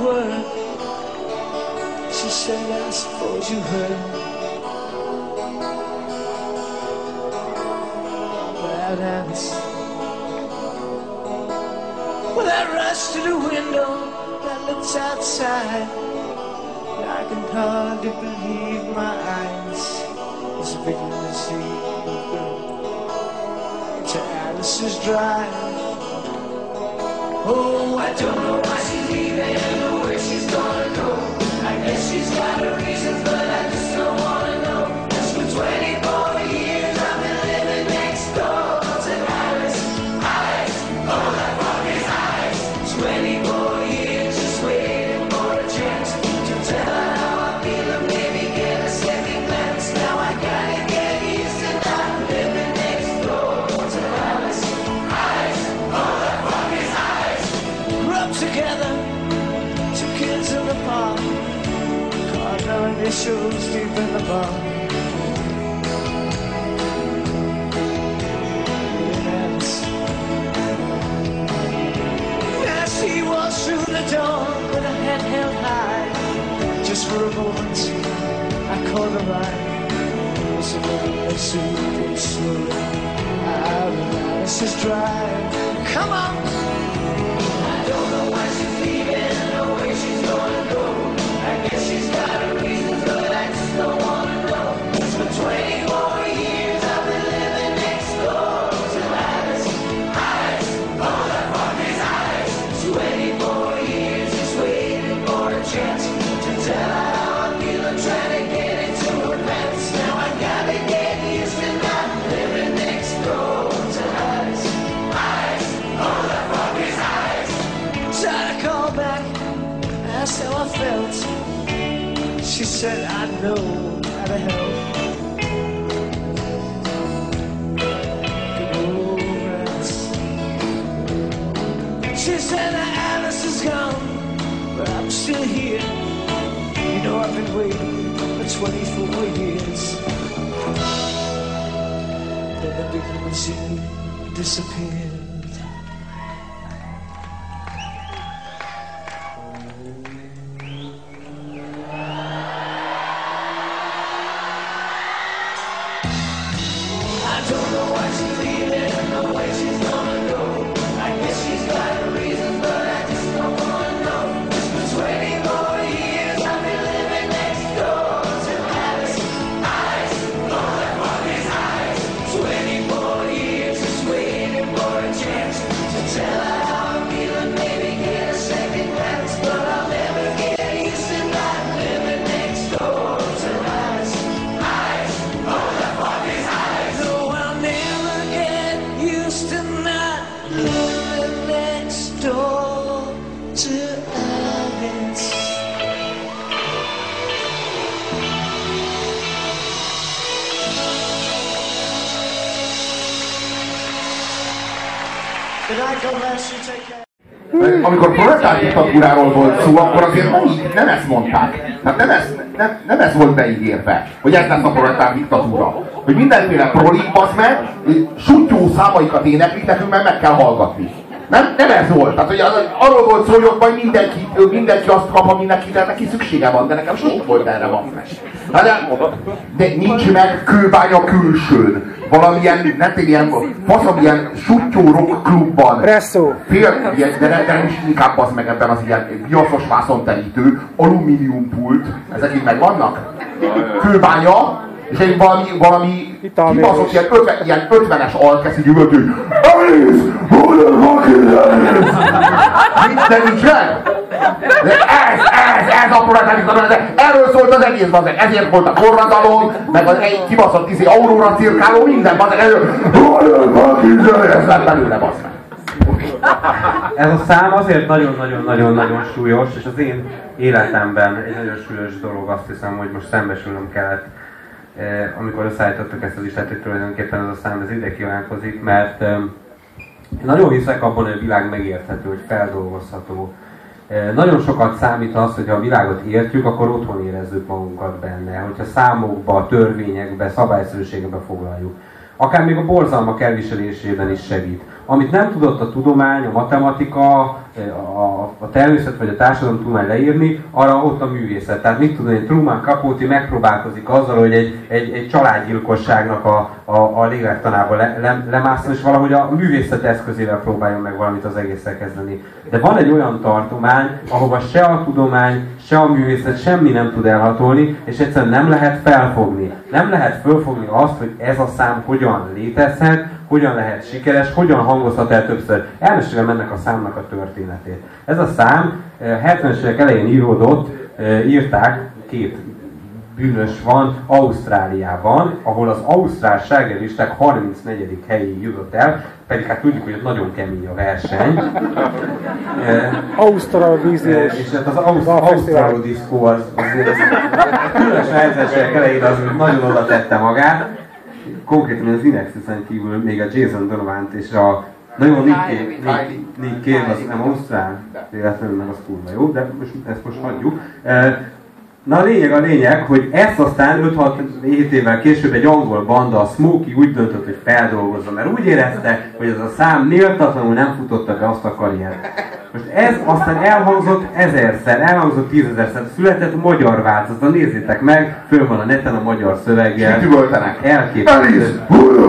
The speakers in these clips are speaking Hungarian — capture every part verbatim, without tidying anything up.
word. She said, I suppose you heard about Alice. Well, I rushed to the window that looks outside. I can hardly believe my eyes. It's a big limousine to Alice's drive. Oh, I don't know why she's leaving or where she's gonna go. I guess she's got her reasons, but I just don't wanna know. Just for twenty-four years I've been living next door to Alice, Alice, oh that fucking Alice. Twenty-four years just waiting for a chance to tell her how I feel and maybe get a second glance. Now I gotta get used to not living next door to Alice, Alice, oh that fucking Alice. Grew up together, two kids in the park. Our initials deep in the bar. Yes. As she walks through the door with her head held high, just for a moment I caught her eye. It was a little suit slowly out of Alice's drive. Come on! I don't know why she's leaving or where she's gonna go. I guess she's got her reasons, but I just don't wanna know. Cause for twenty-four years I've been living next door to Alice, Alice, oh that fucking Alice. Twenty-four years just waiting for a chance to tell her how I feel. I'm trying to get into her pants. Now I gotta get used to not living next door to Alice, Alice, oh that fucking Alice. Tried to call back, asked how I felt. She said, I know how to help. She said that Alice is gone, but I'm still here. You know I've been waiting for twenty-four years. Then the big limousine disappeared. Amikor proletár diktatúráról volt szó, akkor azért nem, így, nem ezt mondták. Hát nem, ez, nem, nem ez volt beígérve, hogy ez lesz a proletár diktatúra. Hogy mindenféle proli, az meg, suttyó számaikat éneklik, nekünk meg meg kell hallgatni. Nem, nem ez volt. Tehát, hogy arról volt szó, hogy majd mindenki, mindenki azt kap, ami neki, neki szüksége van, de nekem sok volt erre van. Hát de, de nincs meg Kőbánya külsőn. Valamilyen, nem tudom, ilyen faszom, ilyen suttyó rock klubban. Presszó. Fél, ilyen, de, de nem is inkább az meg ebben az ilyen viaszos vászonterítő, alumínium pult. Ezek így megvannak? Kőbánya. És egy valami, valami kibaszott ilyen, ötven, ilyen ötvenes alkesz így üvölt, hogy Alice! Hol a fucking Alice? De nincs meg! De ez, ez, ez a proletár, de erről szólt az egész, bazeg. Ezért volt a forradalom, meg az egy kibaszott izé, Aurora cirkáló, minden, bazeg. Hol a fucking Alice? Ez lett belőle, bazeg. Ez a szám azért nagyon-nagyon-nagyon-nagyon súlyos, és az én életemben egy nagyon súlyos dolog, azt hiszem, hogy most szembesülnöm kellett, amikor összeállítottak ezt az listát, hogy tulajdonképpen ez a szám ez ide kívánkozik, mert nagyon hiszek abban, hogy a világ megérthető, hogy feldolgozható. Nagyon sokat számít az, hogy ha a világot értjük, akkor otthon érezzük magunkat benne, hogyha számokba, törvényekbe, szabályszerűségekbe foglaljuk. Akár még a borzalmak elviselésében is segít. amit nem tudott a tudomány, a matematika, a, a természet vagy a társadalomtudomány leírni, arra ott a művészet. Tehát mit tudom én, Truman Capote megpróbálkozik azzal, hogy egy, egy, egy családgyilkosságnak a, a, a lélektanába le, le, lemászol, és valahogy a művészet eszközével próbáljon meg valamit az egésszel kezdeni. De van egy olyan tartomány, ahova se a tudomány, se a művészet semmi nem tud elhatolni, és egyszerűen nem lehet felfogni. Nem lehet felfogni azt, hogy ez a szám hogyan létezhet, hogyan lehet sikeres, hogyan hangozhat el többször. Elmesélem ennek a számnak a történetét. Ez a szám hetvenes évek elején íródott, írták, két bűnös van Ausztráliában, ahol az ausztrál slágerlisták harmincnegyedik helyéig jutott el, pedig hát tudjuk, hogy nagyon kemény a verseny. Ausztrál víziós. És hát az Ausztrál diszkó az azért különösen hetvenes évek elején az nagyon oda tette magát. Konkrétan az Inexusen kívül még a Jason Donovan-t és a nagyon Nick Cave, az nem ausztrál, véletlenül meg az kurva jó, de most, ezt most hagyjuk. Na a lényeg a lényeg, hogy ezt aztán öt-hat-hét évvel később egy angol banda, a Smokey úgy döntött, hogy feldolgozza, mert úgy érezte, hogy ez a szám méltatlanul nem futotta be azt a karriert. Most ez aztán elhangzott ezerszer, elhangzott tízezerszer, született magyar változata, nézzétek meg, föl van a neten a magyar szöveggel. Üvöltenek. Elképesztő.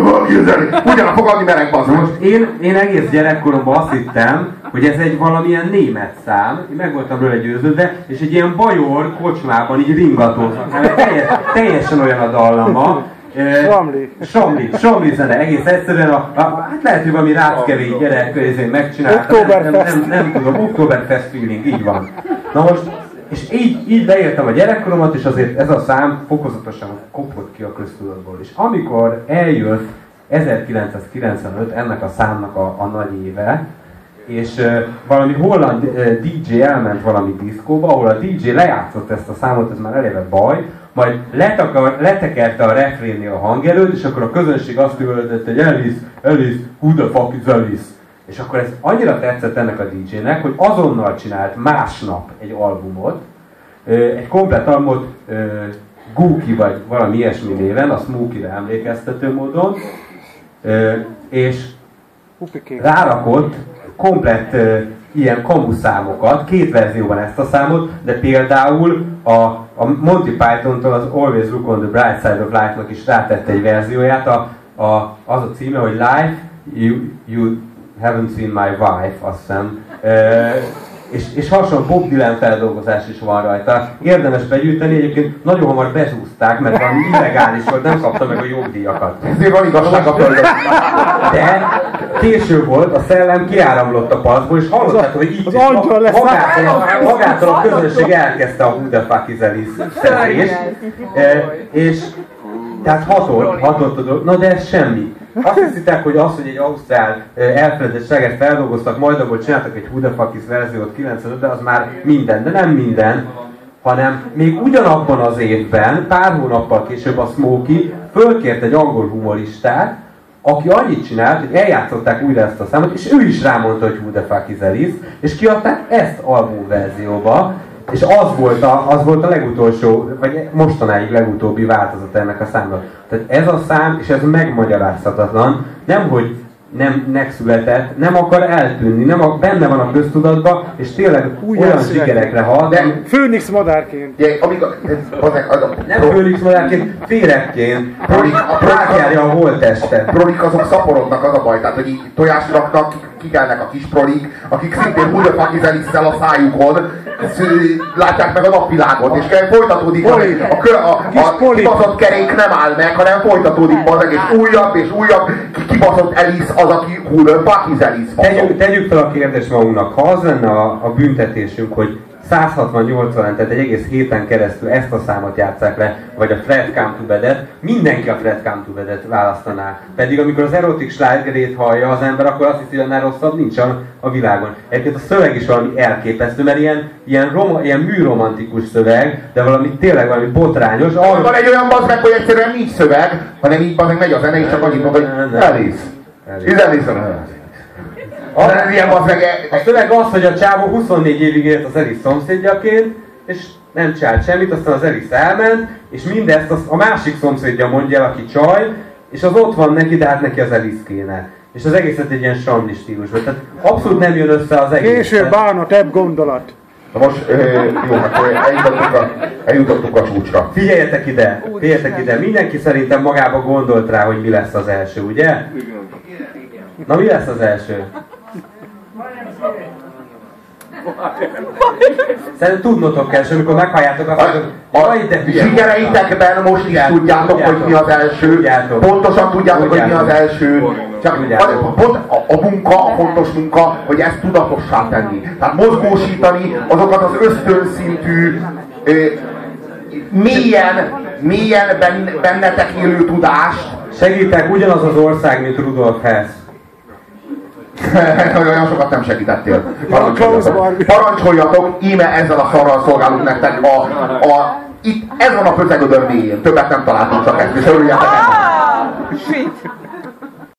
Ugyanak fogadni merek, bazd. Most én, én egész gyerekkoromban azt hittem, hogy ez egy valamilyen német szám, én meg voltam róla győződve, és egy ilyen bajor kocsmában így ringatózott. Teljes, teljesen olyan a dallama. Somli. Somli, Somli zene, egész egyszerűen a, a, hát lehet, hogy valami ráckevény gyerek közén megcsinálta, nem, nem, nem, nem tudom, Oktoberfest feeling, így van. Na most, és így, így leéltem a gyerekkoromat, és azért ez a szám fokozatosan kopott ki a köztudatból. És amikor eljött ezerkilencszázkilencvenöt ennek a számnak a, a nagy éve, és uh, valami holland uh, dé dzsé elment valami diszkóba, ahol a dé dzsé lejátszott ezt a számot, ez már eleve baj, majd letakar, letekerte a refrénnél a hangerőt, és akkor a közönség azt üvöltött, hogy Alice, Alice, who the fuck is Alice? És akkor ez annyira tetszett ennek a dé dzsének, hogy azonnal csinált másnap egy albumot, uh, egy komplet albumot uh, Gookie vagy valami ilyesmi néven, a Smokey-re emlékeztető módon, uh, és rárakott komplett uh, ilyen kamuszámokat, két verzióban ezt a számot, de például a, a Monty Python-tól az Always Look on the Bright Side of Life-nak is rátette egy verzióját, a, a, az a címe, hogy Life, you, you haven't seen my wife, azt hiszem. Uh, és, és hasonló Bob Dylan feldolgozás is van rajta. Érdemes begyűjteni, egyébként nagyon hamar bezúzták, mert valami illegális volt, nem kapta meg a jogdíjakat. Ezért van igazság a földön. De késő volt, a szellem kiáramlott a paszból, és hallották, hogy itt az angyal lesz. Magától a, magától a közönség elkezdte a Who the fuck is Alice szerzést. E, és tehát hatott, hatott a dolog, na de ez semmi. Azt hiszitek, hogy az, hogy egy ausztrál elfeledett slágert feldolgoztak, majd abból csináltak egy Who the fuck is verziót kilencvenötben, az már minden, de nem minden, hanem még ugyanabban az évben, pár hónappal később a Smokey fölkért egy angol humoristát, aki annyit csinált, hogy eljátszották újra ezt a számot, és ő is rámondta, hogy Who the fuck is Alice, és kiadták ezt albumverzióba, és az volt, a, az volt a legutolsó, vagy mostanáig legutóbbi változat ennek a számnak. Tehát ez a szám, és ez megmagyarázhatatlan, nemhogy nem megszületett, nem akar eltűnni, nem a, benne van a köztudatban, és tényleg újra olyan sikerekre hal. De Főnix madárként. De, amikor, ez, az, az, az, nem Főnix madárként, féregként. Rákjárja a holttestet. Prolik azok szaporodnak, az a baj, tehát hogy így tojást raknak, kikelnek a kis prolik, akik szintén Who the fuck is Alice-szel a szájukon, látják meg a napvilágot, és folytatódik a, a, a, a, a kibaszott kerék nem áll meg, hanem folytatódik az és újabb és újabb kibaszott Alice az, aki Who the fuck is Alice. Tegyük, tegyük fel a kérdést magunknak, ha az lenne a, a büntetésünk, hogy száz hatvannyolcvan, tehát egy egész héten keresztül ezt a számot játsszák le, vagy a Fred Come to Bed-et, mindenki a Fred Come to Bed-et választaná. Pedig amikor az erotik slágerét hallja az ember, akkor azt hiszi, hogy annál rosszabb nincs a, a világon. Egyébként a szöveg is valami elképesztő, mert ilyen, ilyen, roma, ilyen műromantikus szöveg, de valami tényleg valami botrányos. Arra... Van egy olyan bazd meg, hogy egyszerűen nincs szöveg, hanem így bazd meg megy a zene, és csak annyit mond, hogy Alice. Is Alice. A, a szöveg az, hogy a csávó huszonnégy évig élt az Alice szomszédjaként, és nem csinált semmit, aztán az Alice elment, és mindezt az, a másik szomszédja mondja el, aki csaj, és az ott van neki, de hát neki az Alice kéne. és az egészet egy ilyen samli stílusban. Tehát abszolút nem jön össze az egész. Késő bánat, ebb gondolat. Na most, ö, jó, hát eljutottuk a, eljutottuk a csúcsra. Figyeljetek ide, figyeljetek ide, mindenki szerintem magába gondolt rá, hogy mi lesz az első, ugye? Na mi lesz az első? Szerintem tudnotok kell, és amikor meghalljátok azt, hogy a zsigereitekben most is tudjátok, hogy mi az első. Pontosan tudjátok, hogy mi az első. Csak pont a, a munka, a fontos munka, hogy ezt tudatossá tenni. Tehát mozgósítani azokat az ösztönszintű, mélyen, mélyen bennetek élő tudást. Segítek, ugyanaz az ország, mint Rudolf Hess. Olyan sokat nem segítettél. Parancsoljatok, parancsoljatok, íme ezzel a szarral szolgálunk nektek. A, a, itt, ez van a pözegödör mélyén. Többet nem találtunk, csak ezt, és örüljetek ennek.